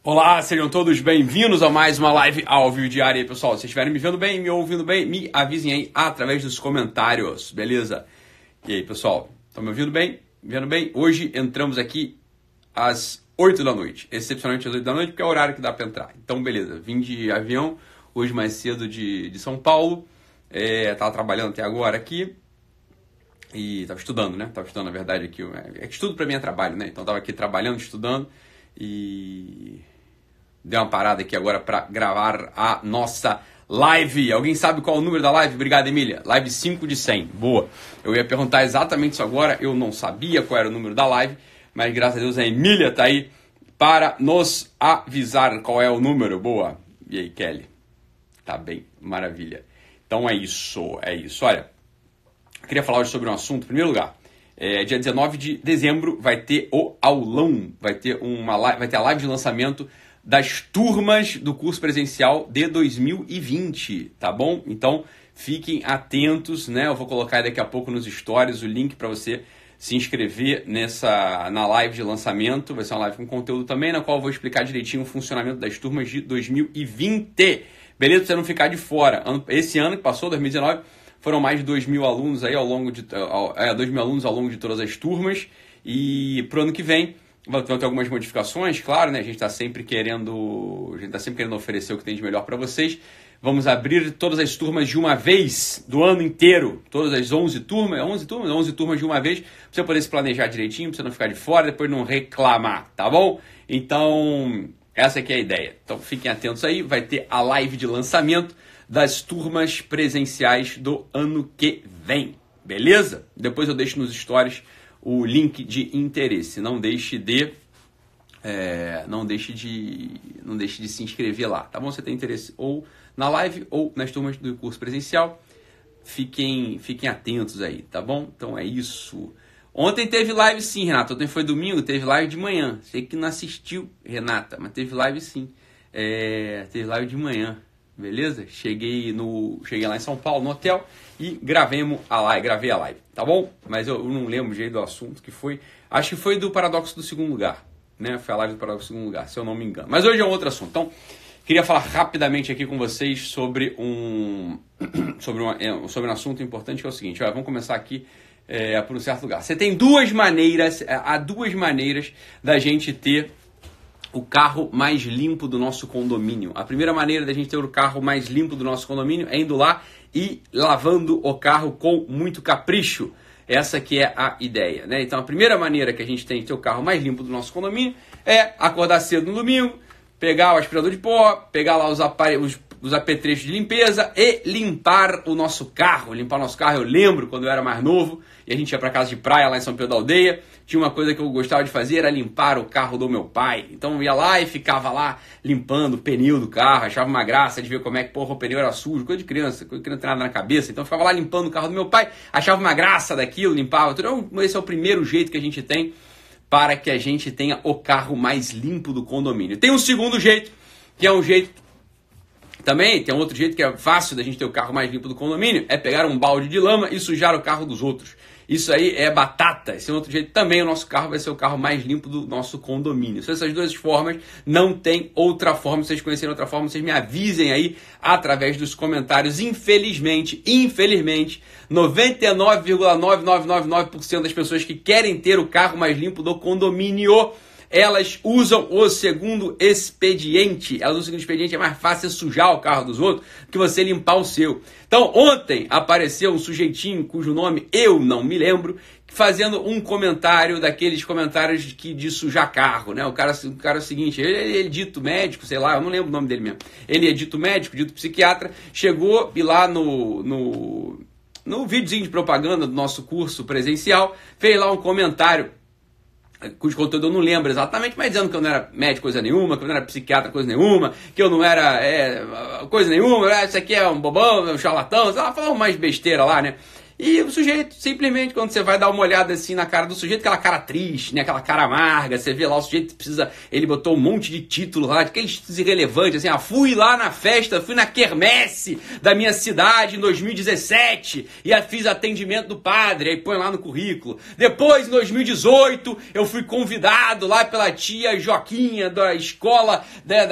Olá, sejam todos bem-vindos a mais uma live ao vivo diária. Pessoal, se estiverem me vendo bem, me ouvindo bem, me avisem aí através dos comentários, beleza? E aí, pessoal, estão me ouvindo bem? Me vendo bem? Hoje entramos aqui às 8 da noite, excepcionalmente às 8 da noite, porque é o horário que dá para entrar. Então, beleza, vim de avião, hoje mais cedo de São Paulo, tava trabalhando até agora aqui, e tava estudando, né? Tava estudando, na verdade, aqui. É que estudo para mim é trabalho, né? Então tava aqui trabalhando, estudando e dei uma parada aqui agora para gravar a nossa live. Alguém sabe qual é o número da live? Obrigado, Emília. Live 5 de 100. Boa. Eu ia perguntar exatamente isso agora. Eu não sabia qual era o número da live, mas graças a Deus a Emília tá aí para nos avisar qual é o número. Boa. E aí, Kelly? Tá bem. Maravilha. Então é isso. Olha, eu queria falar hoje sobre um assunto. Em primeiro lugar, dia 19 de dezembro vai ter o aulão. Vai ter a live de lançamento das turmas do curso presencial de 2020, tá bom? Então, fiquem atentos, né? Eu vou colocar daqui a pouco nos stories o link para você se inscrever na live de lançamento. Vai ser uma live com conteúdo também, na qual eu vou explicar direitinho o funcionamento das turmas de 2020. Beleza? Pra você não ficar de fora. Esse ano que passou, 2019, foram mais de 2.000 alunos aí 2.000 alunos ao longo de todas as turmas. E pro ano que vem vão ter algumas modificações, claro, né? A gente está sempre querendo oferecer o que tem de melhor para vocês. Vamos abrir todas as turmas de uma vez, do ano inteiro. Todas as 11 turmas de uma vez, para você poder se planejar direitinho, para você não ficar de fora, depois não reclamar, tá bom? Então, essa aqui é a ideia. Então, fiquem atentos aí, vai ter a live de lançamento das turmas presenciais do ano que vem, beleza? Depois eu deixo nos stories o link de interesse. Não deixe de se inscrever lá, tá bom? Você tem interesse ou na live ou nas turmas do curso presencial. Fiquem atentos aí, tá bom? Então é isso. Ontem teve live sim, Renata. Ontem foi domingo, teve live de manhã. Sei que não assistiu, Renata, mas teve live sim. Teve live de manhã. Beleza? Cheguei lá em São Paulo, no hotel, e gravei a live, tá bom? Mas eu não lembro jeito do assunto que foi. Acho que foi do Paradoxo do Segundo Lugar, né? Foi a live do Paradoxo do Segundo Lugar, se eu não me engano. Mas hoje é um outro assunto. Então, queria falar rapidamente aqui com vocês sobre um assunto importante, que é o seguinte. Olha, vamos começar aqui por um certo lugar. Você tem há duas maneiras da gente ter o carro mais limpo do nosso condomínio. A primeira maneira da gente ter o carro mais limpo do nosso condomínio é indo lá e lavando o carro com muito capricho. Essa que é a ideia, né? Então a primeira maneira que a gente tem de ter o carro mais limpo do nosso condomínio é acordar cedo no domingo, pegar o aspirador de pó, pegar lá os apetrechos de limpeza e limpar o nosso carro. Limpar o nosso carro, eu lembro quando eu era mais novo e a gente ia para casa de praia lá em São Pedro da Aldeia. Tinha uma coisa que eu gostava de fazer, era limpar o carro do meu pai. Então eu ia lá e ficava lá limpando o pneu do carro, achava uma graça de ver como é que o pneu era sujo, coisa de criança não tem nada na cabeça. Então eu ficava lá limpando o carro do meu pai, achava uma graça daquilo, limpava tudo. Então, esse é o primeiro jeito que a gente tem para que a gente tenha o carro mais limpo do condomínio. Tem um segundo jeito, que é um jeito também, tem um outro jeito que é fácil da gente ter o carro mais limpo do condomínio, é pegar um balde de lama e sujar o carro dos outros. Isso aí é batata. Esse é outro jeito também, o nosso carro vai ser o carro mais limpo do nosso condomínio. São essas duas formas, não tem outra forma. Se vocês conhecerem outra forma, vocês me avisem aí através dos comentários. Infelizmente, 99,9999% das pessoas que querem ter o carro mais limpo do condomínio, elas usam o segundo expediente. Elas usam o segundo expediente, é mais fácil sujar o carro dos outros que você limpar o seu. Então, ontem apareceu um sujeitinho cujo nome eu não me lembro, fazendo um comentário daqueles comentários de sujar carro, né? O cara é o seguinte, ele é dito médico, sei lá, eu não lembro o nome dele mesmo. Ele é dito médico, dito psiquiatra, chegou e lá no videozinho de propaganda do nosso curso presencial, fez lá um comentário cujo conteúdo eu não lembro exatamente, mas dizendo que eu não era médico coisa nenhuma, que eu não era psiquiatra coisa nenhuma, que eu não era coisa nenhuma, isso aqui é um bobão, é um charlatão, ela falou mais besteira lá, né? E o sujeito, simplesmente, quando você vai dar uma olhada assim na cara do sujeito, aquela cara triste, né? Aquela cara amarga, você vê lá o sujeito precisa, ele botou um monte de título lá, aqueles títulos irrelevantes, assim, fui lá na festa, fui na quermesse da minha cidade em 2017 e fiz atendimento do padre, aí põe lá no currículo. Depois, em 2018, eu fui convidado lá pela tia Joquinha da escola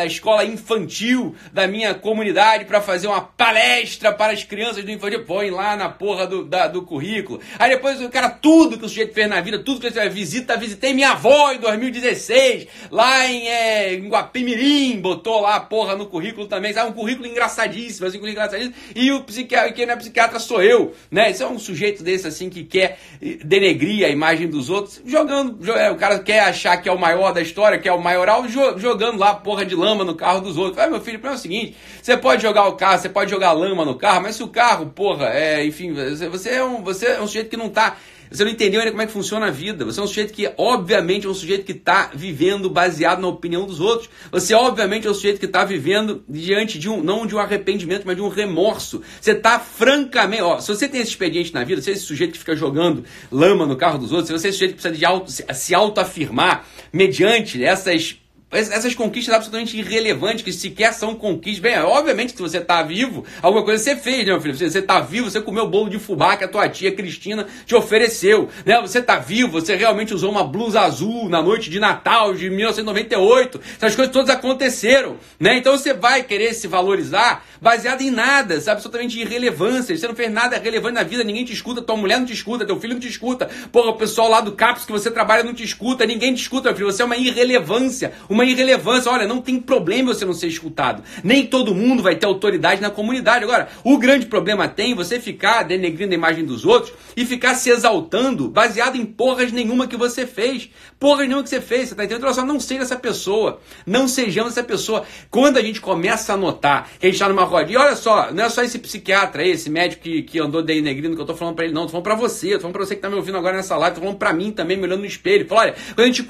infantil da minha comunidade para fazer uma palestra para as crianças do infantil. Põe lá na porra do currículo. Aí depois o cara, tudo que o sujeito fez na vida, tudo que ele visitei minha avó em 2016, lá em Guapimirim, botou lá a porra no currículo também, sabe? Um currículo engraçadíssimo, assim, e o psiquiatra, quem não é psiquiatra sou eu, né? Isso é um sujeito desse, assim, que quer denegrir a imagem dos outros, o cara quer achar que é o maior da história, que é o maioral, jogando lá porra de lama no carro dos outros. Meu filho, é o seguinte, você pode jogar o carro, você pode jogar lama no carro, mas se o carro, porra, enfim, você é um sujeito que não tá... Você não entendeu ainda como é que funciona a vida. Você é um sujeito que, obviamente, é um sujeito que está vivendo baseado na opinião dos outros. Você, obviamente, é um sujeito que está vivendo diante de não de um arrependimento, mas de um remorso. Você está francamente... se você tem esse expediente na vida, se é esse sujeito que fica jogando lama no carro dos outros, se você é esse sujeito que precisa de se autoafirmar mediante essas conquistas absolutamente irrelevantes, que sequer são conquistas. Bem, obviamente que se você está vivo, alguma coisa você fez, né, meu filho? Você está vivo, você comeu o bolo de fubá que a tua tia Cristina te ofereceu, né? Você está vivo, você realmente usou uma blusa azul na noite de Natal de 1998. Essas coisas todas aconteceram, né? Então você vai querer se valorizar baseado em nada, absolutamente irrelevância. Você não fez nada relevante na vida, ninguém te escuta, tua mulher não te escuta, teu filho não te escuta, porra, o pessoal lá do CAPS que você trabalha não te escuta, ninguém te escuta, meu filho. Você é uma irrelevância, olha, não tem problema você não ser escutado. Nem todo mundo vai ter autoridade na comunidade. Agora, o grande problema tem você ficar denegrindo a imagem dos outros e ficar se exaltando baseado em porras nenhuma que você fez. Porras nenhuma que você fez, você tá entendendo? Olha só, não seja essa pessoa. Não sejamos essa pessoa. Quando a gente começa a notar que a gente tá numa rodinha, olha só, não é só esse psiquiatra aí, esse médico que andou denegrindo que eu tô falando pra ele, não. Tô falando pra você, tô falando pra você que tá me ouvindo agora nessa live, tô falando pra mim também, me olhando no espelho. Fala, olha, quando a gente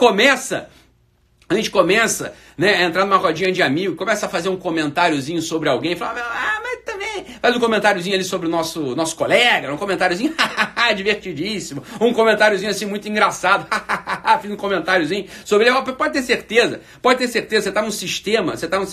começa, né, a entrar numa rodinha de amigo, começa a fazer um comentáriozinho sobre alguém, fala, mas também faz um comentáriozinho ali sobre o nosso colega, um comentáriozinho divertidíssimo, um comentáriozinho assim muito engraçado, fiz um comentáriozinho sobre ele. Pode ter certeza, você está num sistema,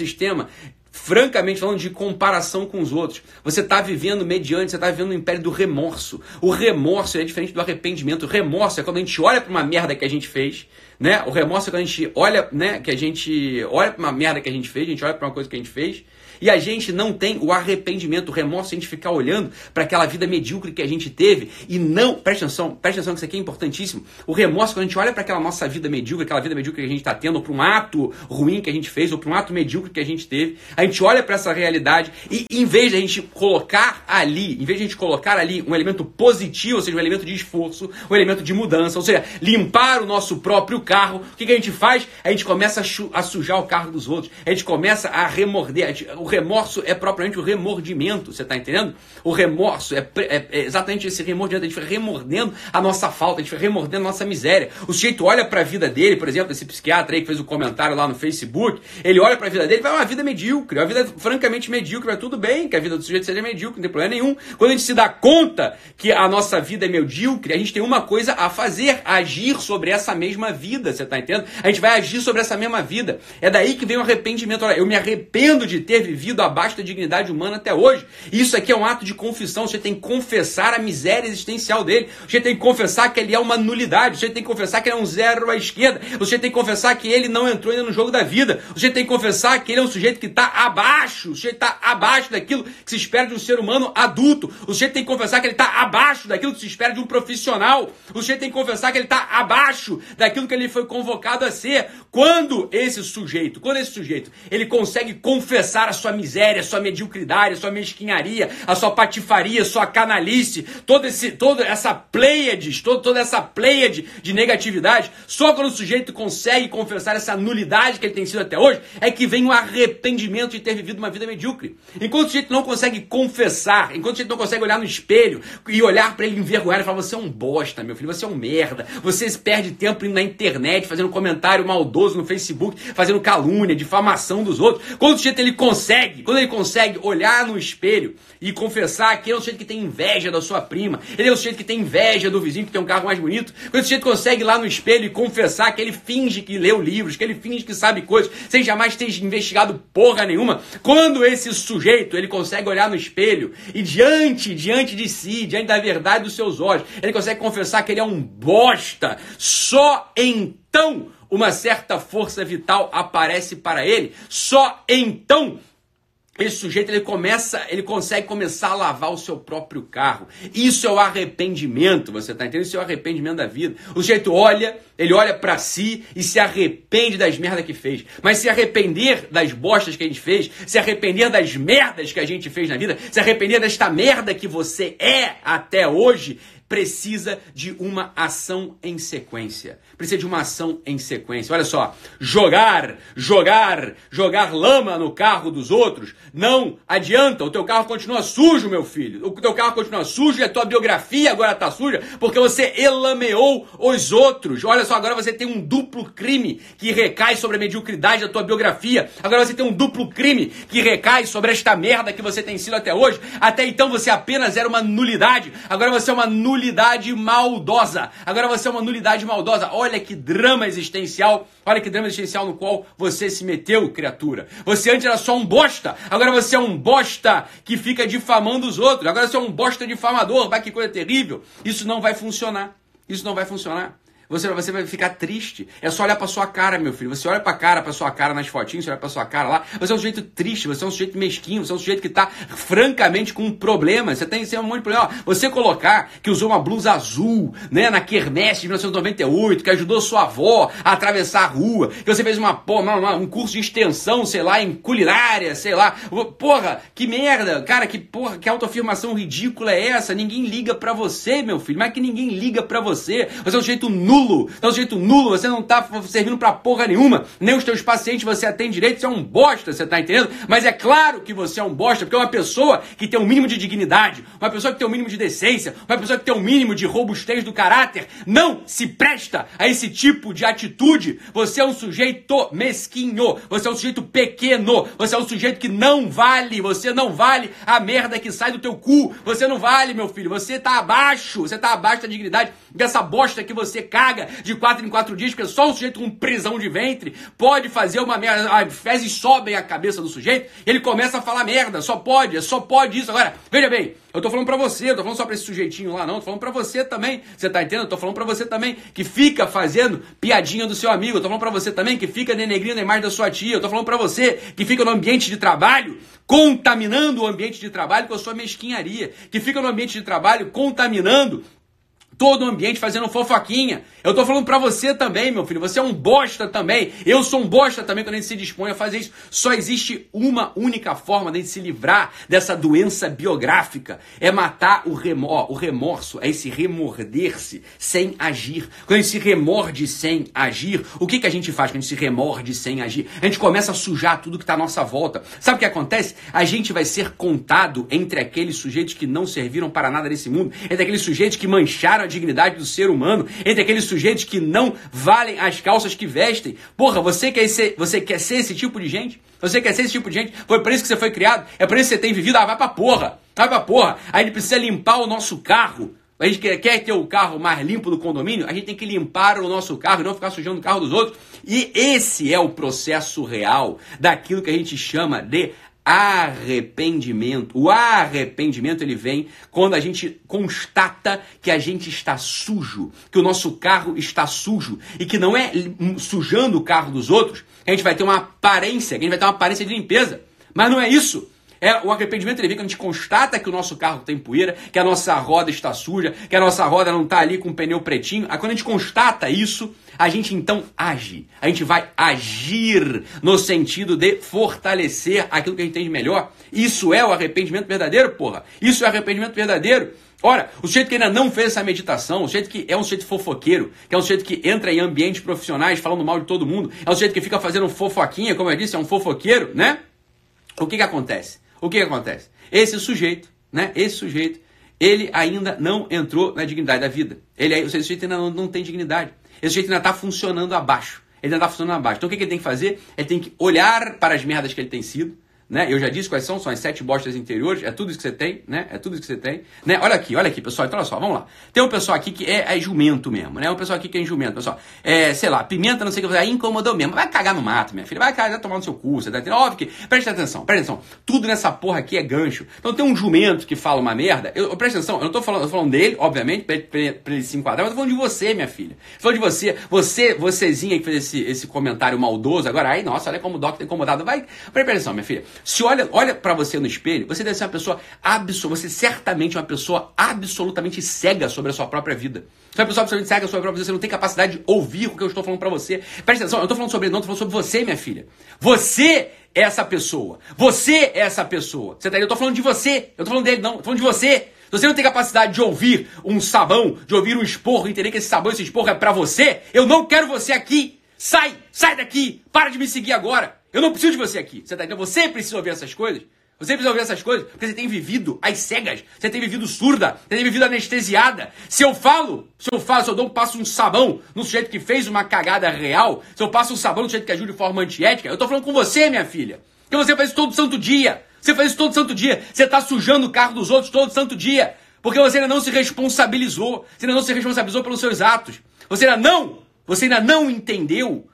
francamente falando de comparação com os outros. Você está vivendo mediante, você está vivendo no império do remorso. O remorso é diferente do arrependimento. O remorso é quando a gente olha para uma merda que a gente fez, né? O remorso é quando a gente olha, né, que a gente olha para uma merda que a gente fez, a gente olha para uma coisa que a gente fez, e a gente não tem o arrependimento. O remorso é a gente ficar olhando para aquela vida medíocre que a gente teve e não... Presta atenção que isso aqui é importantíssimo. O remorso, quando a gente olha para aquela nossa vida medíocre, aquela vida medíocre que a gente está tendo, ou para um ato ruim que a gente fez, ou para um ato medíocre que a gente teve, a gente olha para essa realidade e em vez de a gente colocar ali um elemento positivo, ou seja, um elemento de esforço, um elemento de mudança, ou seja, limpar o nosso próprio carro, o que a gente faz? A gente começa a sujar o carro dos outros, a gente começa a remorder. O remorso é propriamente o remordimento, você está entendendo? O remorso é exatamente esse remordimento, a gente fica remordendo a nossa falta, a gente fica remordendo a nossa miséria. O sujeito olha para a vida dele, por exemplo, esse psiquiatra aí que fez o comentário lá no Facebook, ele olha para a vida dele e vai uma vida medíocre, uma vida francamente medíocre, mas tudo bem que a vida do sujeito seja medíocre, não tem problema nenhum. Quando a gente se dá conta que a nossa vida é medíocre, a gente tem uma coisa a fazer, agir sobre essa mesma vida, você está entendendo? A gente vai agir sobre essa mesma vida. É daí que vem o arrependimento. Olha, eu me arrependo de ter vivido abaixo da dignidade humana até hoje. Isso aqui é um ato de confissão. Você tem que confessar a miséria existencial dele. Você tem que confessar que ele é uma nulidade. Você tem que confessar que ele é um zero à esquerda. Você tem que confessar que ele não entrou ainda no jogo da vida. Você tem que confessar que ele é um sujeito que está abaixo. O sujeito está abaixo daquilo que se espera de um ser humano adulto. O sujeito tem que confessar que ele está abaixo daquilo que se espera de um profissional. O sujeito tem que confessar que ele está abaixo daquilo que ele foi convocado a ser. Quando esse sujeito, ele consegue confessar a sua miséria, a sua mediocridade, a sua mesquinharia, a sua patifaria, a sua canalice, toda essa pleiade de negatividade, só quando o sujeito consegue confessar essa nulidade que ele tem sido até hoje, é que vem o arrependimento de ter vivido uma vida medíocre. Enquanto o sujeito não consegue confessar, enquanto o sujeito não consegue olhar no espelho e olhar para ele envergonhado e falar, você é um bosta, meu filho, você é um merda, você perde tempo indo na internet, internet, fazendo comentário maldoso no Facebook, fazendo calúnia, difamação dos outros. Quando o sujeito ele consegue olhar no espelho e confessar que ele é um sujeito que tem inveja da sua prima, ele é um sujeito que tem inveja do vizinho que tem um carro mais bonito, quando o sujeito consegue ir lá no espelho e confessar que ele finge que leu livros, que ele finge que sabe coisas, sem jamais ter investigado porra nenhuma, quando esse sujeito ele consegue olhar no espelho e diante de si, diante da verdade dos seus olhos, ele consegue confessar que ele é um bosta, só então uma certa força vital aparece para ele, só então esse sujeito ele consegue começar a lavar o seu próprio carro. Isso é o arrependimento, você tá entendendo? Isso é o arrependimento da vida. O sujeito ele olha pra si e se arrepende das merdas que fez. Mas se arrepender das bostas que a gente fez, se arrepender das merdas que a gente fez na vida, se arrepender desta merda que você é até hoje, precisa de uma ação em sequência. Precisa de uma ação em sequência. Olha só, jogar lama no carro dos outros não adianta. O teu carro continua sujo, meu filho. O teu carro continua sujo e a tua biografia agora está suja porque você elameou os outros. Olha só, agora você tem um duplo crime que recai sobre a mediocridade da tua biografia. Agora você tem um duplo crime que recai sobre esta merda que você tem sido até hoje. Até então você apenas era uma nulidade. Agora você é uma nulidade maldosa. Agora você é uma nulidade maldosa. Olha que drama existencial. Olha que drama existencial no qual você se meteu, criatura. Você antes era só um bosta. Agora você é um bosta que fica difamando os outros. Agora você é um bosta difamador. Vai, que coisa terrível. Isso não vai funcionar. Isso não vai funcionar. Você vai ficar triste. É só olhar pra sua cara, meu filho. Você olha pra sua cara nas fotinhas, você olha pra sua cara lá. Você é um sujeito triste, você é um sujeito mesquinho, você é um sujeito que tá francamente com um problema. Você tem um monte de problema. Você colocar que usou uma blusa azul, né, na quermesse de 1998, que ajudou sua avó a atravessar a rua, que você fez um curso de extensão, sei lá, em culinária, sei lá. Porra, que merda. Cara, que autoafirmação ridícula é essa? Ninguém liga pra você, meu filho. Mas que ninguém liga pra você. Você é um sujeito nulo. É um sujeito nulo, você não tá servindo pra porra nenhuma, nem os teus pacientes você atende direito, você é um bosta, você tá entendendo? Mas é claro que você é um bosta, porque uma pessoa que tem um mínimo de dignidade, uma pessoa que tem um mínimo de decência, uma pessoa que tem um mínimo de robustez do caráter, não se presta a esse tipo de atitude. Você é um sujeito mesquinho, você é um sujeito pequeno, você é um sujeito que não vale, você não vale a merda que sai do teu cu, você não vale, meu filho, você tá abaixo da dignidade dessa bosta que você caga de 4 em 4 dias, porque só um sujeito com prisão de ventre pode fazer uma merda, as fezes sobem a cabeça do sujeito, ele começa a falar merda, só pode isso. Agora, veja bem, eu tô falando pra você, eu tô falando só pra esse sujeitinho lá, não, tô falando pra você também, você tá entendendo? Eu tô falando pra você também, que fica fazendo piadinha do seu amigo, eu tô falando pra você também, que fica denegrindo a imagem da sua tia, eu tô falando pra você, que fica no ambiente de trabalho, contaminando o ambiente de trabalho com a sua mesquinharia, que fica no ambiente de trabalho contaminando todo o ambiente fazendo fofoquinha. Eu tô falando pra você também, meu filho. Você é um bosta também. Eu sou um bosta também quando a gente se dispõe a fazer isso. Só existe uma única forma de a gente se livrar dessa doença biográfica. É matar o remorso. É esse remorder-se sem agir. Quando a gente se remorde sem agir, o que a gente faz quando a gente se remorde sem agir? A gente começa a sujar tudo que tá à nossa volta. Sabe o que acontece? A gente vai ser contado entre aqueles sujeitos que não serviram para nada nesse mundo. Entre aqueles sujeitos que mancharam a dignidade do ser humano, entre aqueles sujeitos que não valem as calças que vestem. Porra, você quer ser esse tipo de gente? Você quer ser esse tipo de gente? Foi por isso que você foi criado? É por isso que você tem vivido? Vai pra porra! Vai pra porra! A gente precisa limpar o nosso carro. A gente quer ter o carro mais limpo do condomínio, a gente tem que limpar o nosso carro e não ficar sujando o carro dos outros. E esse é o processo real daquilo que a gente chama de arrependimento. O arrependimento ele vem quando a gente constata que a gente está sujo, que o nosso carro está sujo e que não é sujando o carro dos outros que a gente vai ter uma aparência, de limpeza. Mas não é isso. O arrependimento ele vem quando a gente constata que o nosso carro tem poeira, que a nossa roda está suja, que a nossa roda não está ali com o pneu pretinho. Aí quando a gente constata isso, a gente então age. A gente vai agir no sentido de fortalecer aquilo que a gente tem de melhor. Isso é o arrependimento verdadeiro, porra. Isso é o arrependimento verdadeiro. Ora, o sujeito que ainda não fez essa meditação, o sujeito que é um sujeito fofoqueiro, que é um sujeito que entra em ambientes profissionais falando mal de todo mundo, é um sujeito que fica fazendo fofoquinha, como eu disse, é um fofoqueiro, né? O que acontece? Esse sujeito, ele ainda não entrou na dignidade da vida. Esse sujeito ainda não tem dignidade. esse sujeito ainda está funcionando abaixo. Ele ainda está funcionando abaixo. Então o que ele tem que fazer? Ele tem que olhar para as merdas que ele tem sido, né? Eu já disse quais são as 7 bostas interiores, é tudo isso que você tem, né? É tudo isso que você tem, né? Olha aqui, pessoal, então olha só, vamos lá. Tem um pessoal aqui que é jumento mesmo, né? Um pessoal aqui que é jumento, pessoal. Sei lá, pimenta, não sei o que, aí incomodou mesmo. Vai cagar no mato, minha filha, vai cagar, tomar no seu cu, você tá entendendo? Óbvio que, presta atenção. Tudo nessa porra aqui é gancho. Então tem um jumento que fala uma merda, presta atenção, eu não tô falando dele, obviamente, pra ele se enquadrar, mas eu tô falando de você, minha filha. Tô falando de vocêzinha que fez esse comentário maldoso, agora, aí, nossa, olha como o Doc tá incomodado. Presta atenção, minha filha. Se olha pra você no espelho, você deve ser uma pessoa você certamente é uma pessoa absolutamente cega sobre a sua própria vida. Você é uma pessoa absolutamente cega sobre a própria vida, você não tem capacidade de ouvir o que eu estou falando pra você. Presta atenção, eu não tô falando sobre ele, não, tô falando sobre você, minha filha. Você é essa pessoa. Você é essa pessoa. Você tá aí? Eu tô falando de você. Eu tô falando dele, não. Eu tô falando de você. Se você não tem capacidade de ouvir um sabão, de ouvir um esporro, entender que esse sabão, esse esporro é pra você, eu não quero você aqui. Sai daqui. Para de me seguir agora. Eu não preciso de você aqui. Você tá entendendo? Você precisa ouvir essas coisas. Você precisa ouvir essas coisas porque você tem vivido às cegas. Você tem vivido surda. Você tem vivido anestesiada. Se eu passo um sabão no sujeito que fez uma cagada real, se eu passo um sabão no sujeito que agiu de forma antiética, eu tô falando com você, minha filha. Porque você faz isso todo santo dia. Você faz isso todo santo dia. Você tá sujando o carro dos outros todo santo dia. Porque você ainda não se responsabilizou. Você ainda não se responsabilizou pelos seus atos. Você ainda não entendeu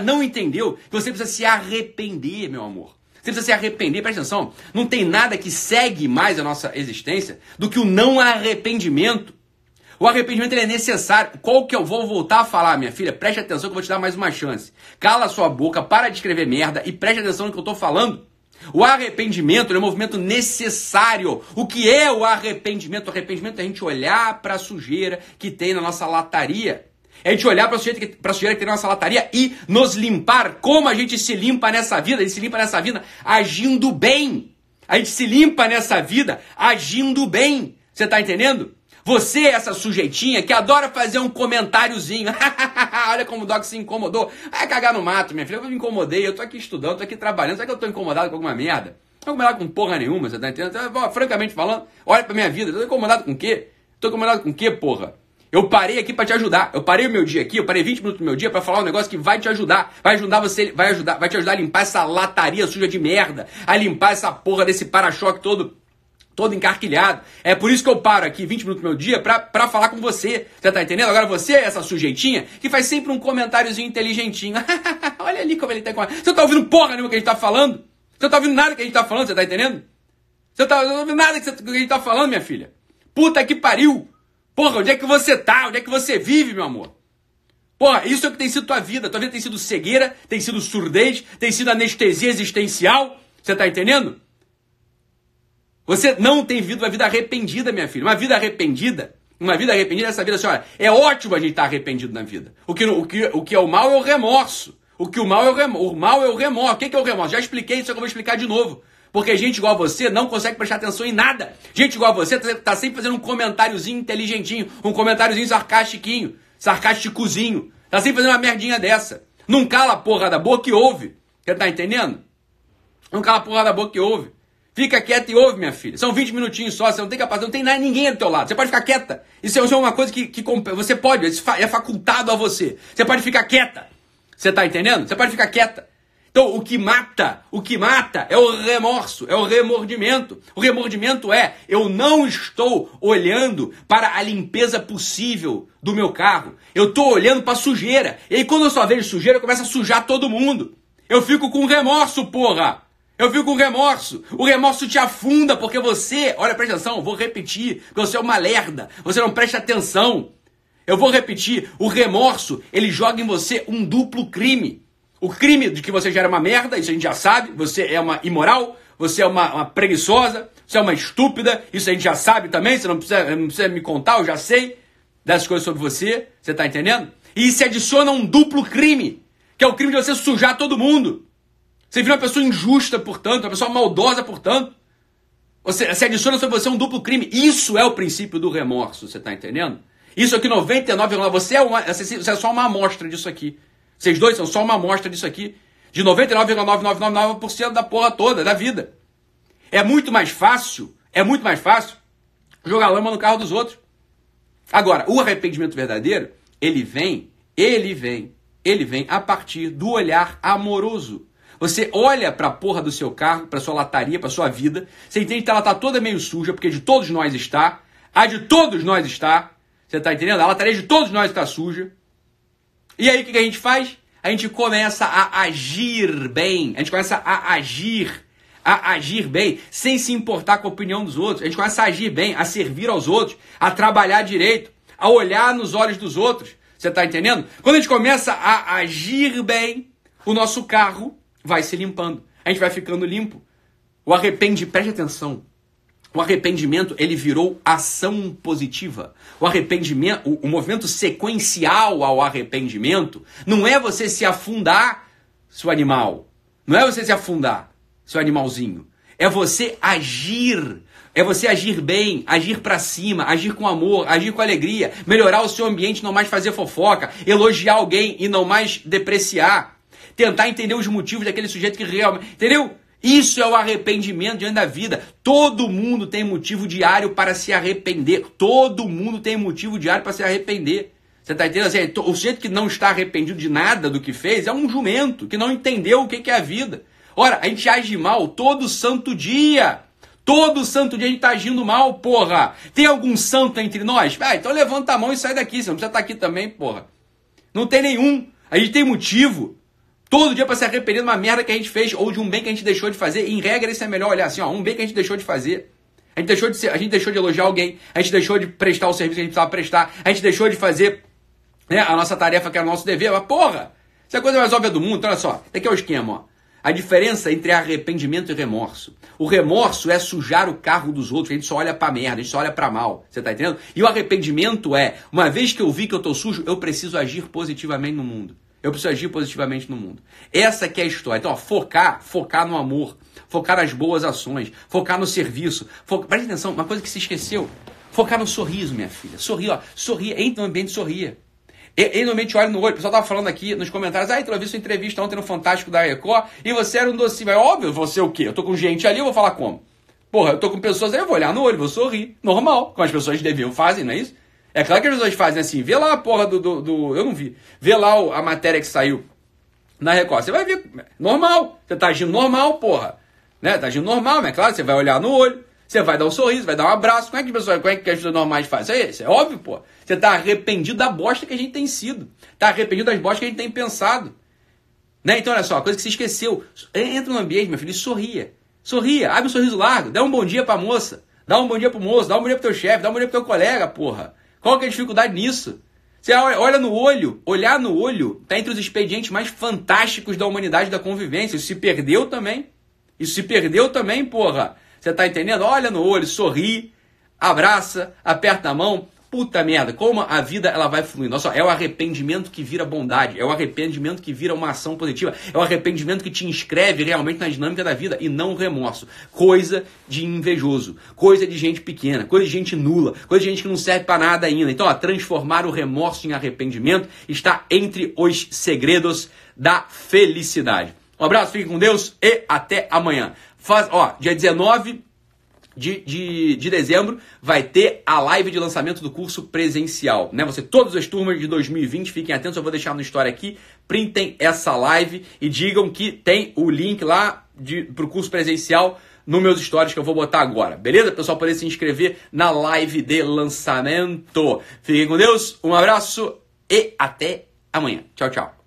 que você precisa se arrepender, meu amor. Você precisa se arrepender, presta atenção. Não tem nada que segue mais a nossa existência do que o não arrependimento. O arrependimento ele é necessário. Qual que eu vou voltar a falar, minha filha? Preste atenção que eu vou te dar mais uma chance. Cala a sua boca, para de escrever merda e preste atenção no que eu estou falando. O arrependimento é um movimento necessário. O que é o arrependimento? O arrependimento é a gente olhar para a sujeira que tem na nossa lataria. É a gente olhar para a sujeira que tem na nossa lataria e nos limpar. Como a gente se limpa nessa vida? A gente se limpa nessa vida agindo bem. A gente se limpa nessa vida agindo bem. Você tá entendendo? Você é essa sujeitinha que adora fazer um comentáriozinho. Olha como o Doc se incomodou. Vai cagar no mato, minha filha. Eu me incomodei. Eu tô aqui estudando, tô aqui trabalhando. Será que eu tô incomodado com alguma merda? Não tô incomodado com porra nenhuma, você tá entendendo? Francamente falando, olha pra minha vida. Eu tô incomodado com o quê? Tô incomodado com o quê, porra? Eu parei aqui pra te ajudar. Eu parei o meu dia aqui, eu parei 20 minutos do meu dia pra falar um negócio que vai te ajudar. Vai te ajudar a limpar essa lataria suja de merda. A limpar essa porra desse para-choque todo encarquilhado. É por isso que eu paro aqui 20 minutos do meu dia pra falar com você. Você tá entendendo? Agora você é essa sujeitinha que faz sempre um comentáriozinho inteligentinho. Olha ali como ele tá... Você não tá ouvindo porra nenhuma que a gente tá falando? Você não tá ouvindo nada que a gente tá falando, você tá entendendo? Você não tá ouvindo nada que a gente tá falando, minha filha? Puta que pariu! Porra, onde é que você tá? Onde é que você vive, meu amor? Porra, isso é o que tem sido tua vida. Tua vida tem sido cegueira, tem sido surdez, tem sido anestesia existencial. Você tá entendendo? Você não tem vivido uma vida arrependida, minha filha. Uma vida arrependida, essa vida, senhora, é ótimo a gente estar arrependido na vida. O que é o mal é o remorso. O mal é o remorso. O que é o remorso? Já expliquei isso, só que eu vou explicar de novo. Porque gente igual a você não consegue prestar atenção em nada. Gente igual a você tá sempre fazendo um comentáriozinho inteligentinho, um comentáriozinho sarcásticozinho. Tá sempre fazendo uma merdinha dessa. Não cala a porra da boca e ouve. Você tá entendendo? Não cala a porra da boca e ouve. Fica quieta e ouve, minha filha. São 20 minutinhos só, você não tem capacidade, não tem ninguém do teu lado. Você pode ficar quieta. Isso é uma coisa que você pode, é facultado a você. Você pode ficar quieta. Você tá entendendo? Você pode ficar quieta. Então, o que mata é o remorso, é o remordimento. O remordimento é, eu não estou olhando para a limpeza possível do meu carro. Eu estou olhando para a sujeira. E aí, quando eu só vejo sujeira, eu começo a sujar todo mundo. Eu fico com remorso, porra. Eu fico com remorso. O remorso te afunda, porque você... Olha, presta atenção, vou repetir. Você é uma lerda. Você não presta atenção. Eu vou repetir. O remorso, ele joga em você um duplo crime. O crime de que você já era uma merda, isso a gente já sabe. Você é uma imoral, você é uma preguiçosa, você é uma estúpida. Isso a gente já sabe também. Você não precisa me contar, eu já sei dessas coisas sobre você. Você tá entendendo? E se adiciona um duplo crime, que é o crime de você sujar todo mundo. Você vira uma pessoa injusta, portanto, uma pessoa maldosa, portanto. Você se adiciona sobre você um duplo crime. Isso é o princípio do remorso, você está entendendo? Isso aqui, 99,9%, você é só uma amostra disso aqui. Vocês dois são só uma amostra disso aqui. De 99,9999% da porra toda, da vida. É muito mais fácil jogar lama no carro dos outros. Agora, o arrependimento verdadeiro, ele vem ele vem a partir do olhar amoroso. Você olha pra porra do seu carro, pra sua lataria, pra sua vida, você entende que ela tá toda meio suja, porque de todos nós está, a de todos nós está, você tá entendendo? A lataria de todos nós está suja. E aí o que a gente faz? A gente começa a agir bem, a gente começa a agir bem, sem se importar com a opinião dos outros, a gente começa a agir bem, a servir aos outros, a trabalhar direito, a olhar nos olhos dos outros, você tá entendendo? Quando a gente começa a agir bem, o nosso carro vai se limpando. A gente vai ficando limpo. Preste atenção. O arrependimento, ele virou ação positiva. O arrependimento, o movimento sequencial ao arrependimento, não é você se afundar, seu animal. Não é você se afundar, seu animalzinho. É você agir. É você agir bem, agir pra cima, agir com amor, agir com alegria, melhorar o seu ambiente, não mais fazer fofoca, elogiar alguém e não mais depreciar. Tentar entender os motivos daquele sujeito que realmente... Entendeu? Isso é o arrependimento diante da vida. Todo mundo tem motivo diário para se arrepender. Todo mundo tem motivo diário para se arrepender. Você está entendendo? Assim, o sujeito que não está arrependido de nada do que fez é um jumento, que não entendeu o que é a vida. Ora, a gente age mal todo santo dia. Todo santo dia a gente está agindo mal, porra. Tem algum santo entre nós? Então levanta a mão e sai daqui. Você não precisa estar aqui também, porra. Não tem nenhum. A gente tem motivo todo dia para se arrepender de uma merda que a gente fez ou de um bem que a gente deixou de fazer. E, em regra, isso é melhor olhar assim, ó, um bem que a gente deixou de fazer. A gente deixou de elogiar alguém, a gente deixou de prestar o serviço que a gente precisava prestar, a gente deixou de fazer, né, a nossa tarefa que era o nosso dever. Mas, porra, isso é a coisa mais óbvia do mundo. Então, olha só, aqui é o esquema, ó. A diferença entre arrependimento e remorso. O remorso é sujar o carro dos outros, a gente só olha pra merda, a gente só olha pra mal. Você tá entendendo? E o arrependimento é, uma vez que eu vi que eu tô sujo, eu preciso agir positivamente no mundo. Eu preciso agir positivamente no mundo. Essa que é a história. Então, ó, focar no amor, focar nas boas ações, focar no serviço. Presta atenção, uma coisa que se esqueceu. Focar no sorriso, minha filha. Sorria, ó. Sorria, entre no ambiente, sorria. Ele normalmente olha no olho. O pessoal tava falando aqui nos comentários, então eu vi sua entrevista ontem no Fantástico da Record e você era um docinho. É óbvio, você o quê? Eu tô com gente ali, eu vou falar como? Porra, eu tô com pessoas aí, eu vou olhar no olho, vou sorrir. Normal, como as pessoas deviam, fazem, não é isso? É claro que as pessoas fazem assim, vê lá a porra eu não vi, vê lá a matéria que saiu na Record, você vai ver, normal, você tá agindo normal, porra, né, tá agindo normal, mas é claro, você vai olhar no olho, você vai dar um sorriso, vai dar um abraço, como é que as pessoas normais fazem? Isso é óbvio, porra, você tá arrependido da bosta que a gente tem sido, tá arrependido das bostas que a gente tem pensado, né, então olha só, a coisa que você esqueceu, entra no ambiente, meu filho, e sorria, abre um sorriso largo, dá um bom dia pra moça, dá um bom dia pro moço, dá um bom dia pro teu chefe, dá um bom dia pro teu colega, porra. Qual que é a dificuldade nisso? Você olha no olho, olhar no olho está entre os expedientes mais fantásticos da humanidade da convivência. Isso se perdeu também, porra. Você tá entendendo? Olha no olho, sorri, abraça, aperta a mão. Puta merda, como a vida ela vai fluindo. Olha só, é o arrependimento que vira bondade, é o arrependimento que vira uma ação positiva, é o arrependimento que te inscreve realmente na dinâmica da vida e não o remorso. Coisa de invejoso, coisa de gente pequena, coisa de gente nula, coisa de gente que não serve pra nada ainda. Então, ó, transformar o remorso em arrependimento está entre os segredos da felicidade. Um abraço, fique com Deus e até amanhã. Dia 19 de dezembro vai ter a live de lançamento do curso presencial, né? Todas as turmas de 2020, fiquem atentos, eu vou deixar no story aqui, printem essa live e digam que tem o link lá pro curso presencial nos meus stories que eu vou botar agora, beleza? O pessoal poder se inscrever na live de lançamento. Fiquem com Deus, um abraço e até amanhã. Tchau, tchau.